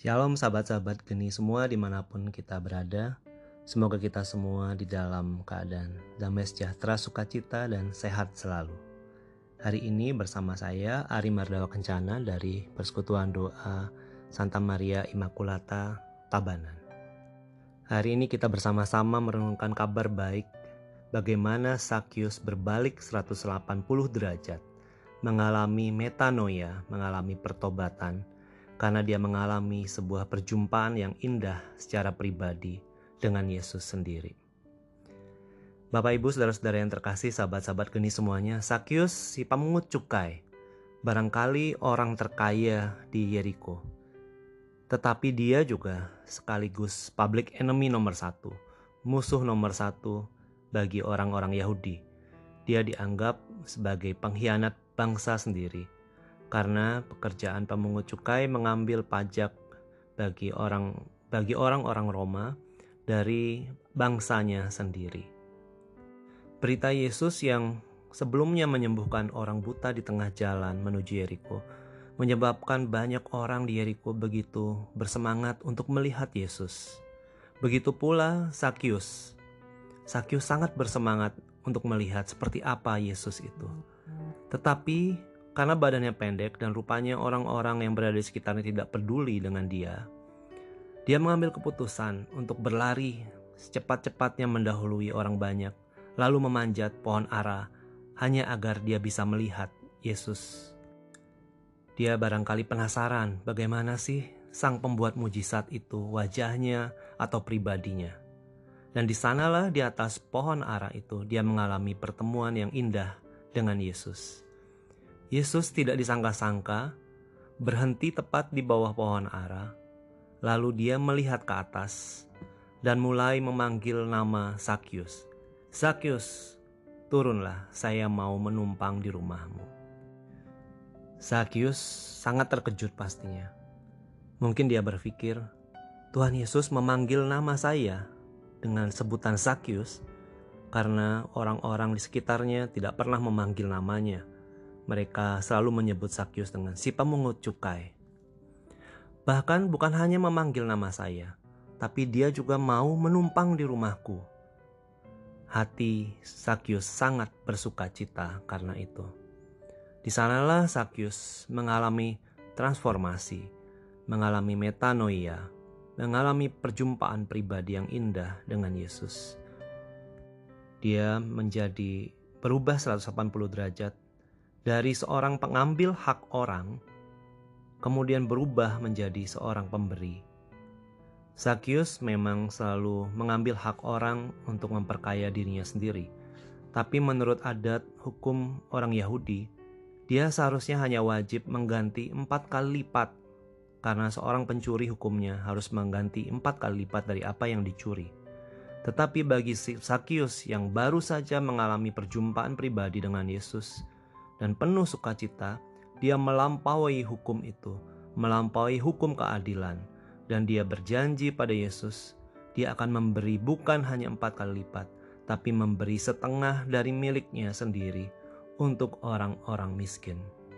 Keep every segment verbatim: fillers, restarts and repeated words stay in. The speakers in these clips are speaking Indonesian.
Shalom sahabat-sahabat geni semua dimanapun kita berada. Semoga kita semua di dalam keadaan damai sejahtera, sukacita, dan sehat selalu. Hari ini bersama saya Ari Mardawa Kencana dari Persekutuan Doa Santa Maria Immaculata Tabanan. Hari ini kita bersama-sama merenungkan kabar baik bagaimana Sakyus berbalik seratus delapan puluh derajat, mengalami metanoia, mengalami pertobatan, karena dia mengalami sebuah perjumpaan yang indah secara pribadi dengan Yesus sendiri. Bapak Ibu saudara-saudara yang terkasih, sahabat-sahabat geni semuanya, Sakyus si pemungut cukai, barangkali orang terkaya di Yeriko. Tetapi dia juga sekaligus public enemy nomor satu, musuh nomor satu bagi orang-orang Yahudi. Dia dianggap sebagai pengkhianat bangsa sendiri, karena pekerjaan pemungut cukai mengambil pajak bagi orang bagi orang-orang Roma dari bangsanya sendiri. Berita Yesus yang sebelumnya menyembuhkan orang buta di tengah jalan menuju Yeriko menyebabkan banyak orang di Yeriko begitu bersemangat untuk melihat Yesus. Begitu pula Sakyus. Sakyus sangat bersemangat untuk melihat seperti apa Yesus itu. Tetapi karena badannya pendek dan rupanya orang-orang yang berada di sekitarnya tidak peduli dengan dia, dia mengambil keputusan untuk berlari secepat-cepatnya mendahului orang banyak, lalu memanjat pohon ara hanya agar dia bisa melihat Yesus. Dia barangkali penasaran bagaimana sih sang pembuat mujizat itu, wajahnya atau pribadinya. Dan di sanalah di atas pohon ara itu dia mengalami pertemuan yang indah dengan Yesus. Yesus tidak disangka-sangka berhenti tepat di bawah pohon ara, lalu dia melihat ke atas dan mulai memanggil nama Sakyus. Sakyus, turunlah, saya mau menumpang di rumahmu. Sakyus sangat terkejut pastinya. Mungkin dia berpikir, Tuhan Yesus memanggil nama saya dengan sebutan Sakyus karena orang-orang di sekitarnya tidak pernah memanggil namanya. Mereka selalu menyebut Sakyus dengan si pemungut cukai. Bahkan bukan hanya memanggil nama saya, tapi dia juga mau menumpang di rumahku. Hati Sakyus sangat bersuka cita karena itu. Di sanalah Sakyus mengalami transformasi, mengalami metanoia, mengalami perjumpaan pribadi yang indah dengan Yesus. Dia menjadi berubah seratus delapan puluh derajat, dari seorang pengambil hak orang, kemudian berubah menjadi seorang pemberi. Sakyus memang selalu mengambil hak orang untuk memperkaya dirinya sendiri. Tapi menurut adat hukum orang Yahudi, dia seharusnya hanya wajib mengganti empat kali lipat. Karena seorang pencuri hukumnya harus mengganti empat kali lipat dari apa yang dicuri. Tetapi bagi Sakyus yang baru saja mengalami perjumpaan pribadi dengan Yesus, dan penuh sukacita, dia melampaui hukum itu, melampaui hukum keadilan, dan dia berjanji pada Yesus, dia akan memberi bukan hanya empat kali lipat, tapi memberi setengah dari miliknya sendiri untuk orang-orang miskin.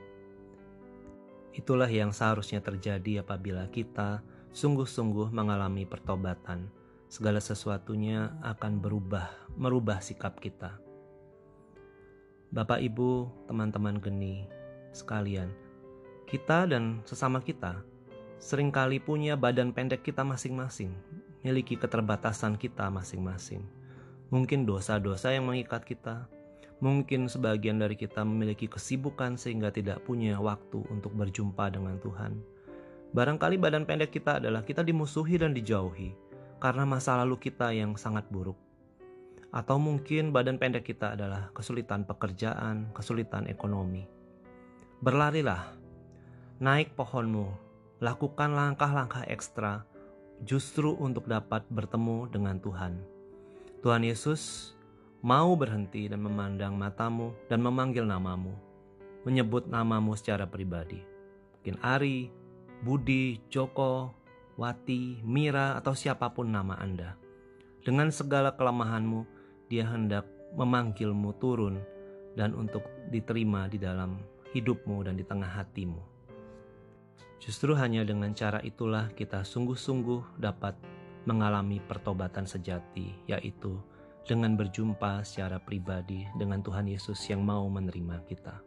Itulah yang seharusnya terjadi apabila kita sungguh-sungguh mengalami pertobatan. Segala sesuatunya akan berubah, merubah sikap kita. Bapak, Ibu, teman-teman geni sekalian, kita dan sesama kita seringkali punya badan pendek kita masing-masing, miliki keterbatasan kita masing-masing. Mungkin dosa-dosa yang mengikat kita, mungkin sebagian dari kita memiliki kesibukan sehingga tidak punya waktu untuk berjumpa dengan Tuhan. Barangkali badan pendek kita adalah kita dimusuhi dan dijauhi karena masa lalu kita yang sangat buruk. Atau mungkin badan pendek kita adalah kesulitan pekerjaan, kesulitan ekonomi. Berlarilah, naik pohonmu, lakukan langkah-langkah ekstra justru untuk dapat bertemu dengan Tuhan. Tuhan Yesus mau berhenti dan memandang matamu dan memanggil namamu, menyebut namamu secara pribadi. Mungkin Ari, Budi, Joko, Wati, Mira, atau siapapun nama Anda. Dengan segala kelemahanmu, dia hendak memanggilmu turun dan untuk diterima di dalam hidupmu dan di tengah hatimu. Justru hanya dengan cara itulah kita sungguh-sungguh dapat mengalami pertobatan sejati, yaitu dengan berjumpa secara pribadi dengan Tuhan Yesus yang mau menerima kita.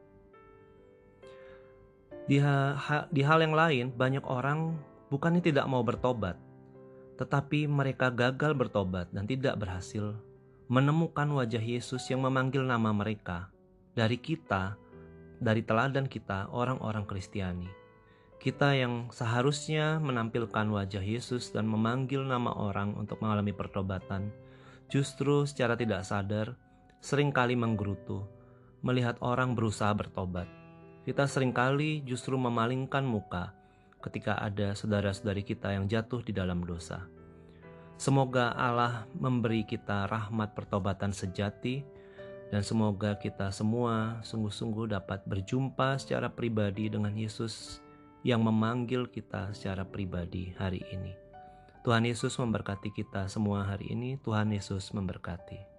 Di, ha- di hal yang lain, banyak orang bukannya tidak mau bertobat, tetapi mereka gagal bertobat dan tidak berhasil menemukan wajah Yesus yang memanggil nama mereka. Dari kita, dari teladan kita, orang-orang Kristiani, kita yang seharusnya menampilkan wajah Yesus dan memanggil nama orang untuk mengalami pertobatan, justru secara tidak sadar seringkali menggerutu melihat orang berusaha bertobat. Kita seringkali justru memalingkan muka ketika ada saudara-saudari kita yang jatuh di dalam dosa. Semoga Allah memberi kita rahmat pertobatan sejati, dan semoga kita semua sungguh-sungguh dapat berjumpa secara pribadi dengan Yesus yang memanggil kita secara pribadi hari ini. Tuhan Yesus memberkati kita semua hari ini. Tuhan Yesus memberkati.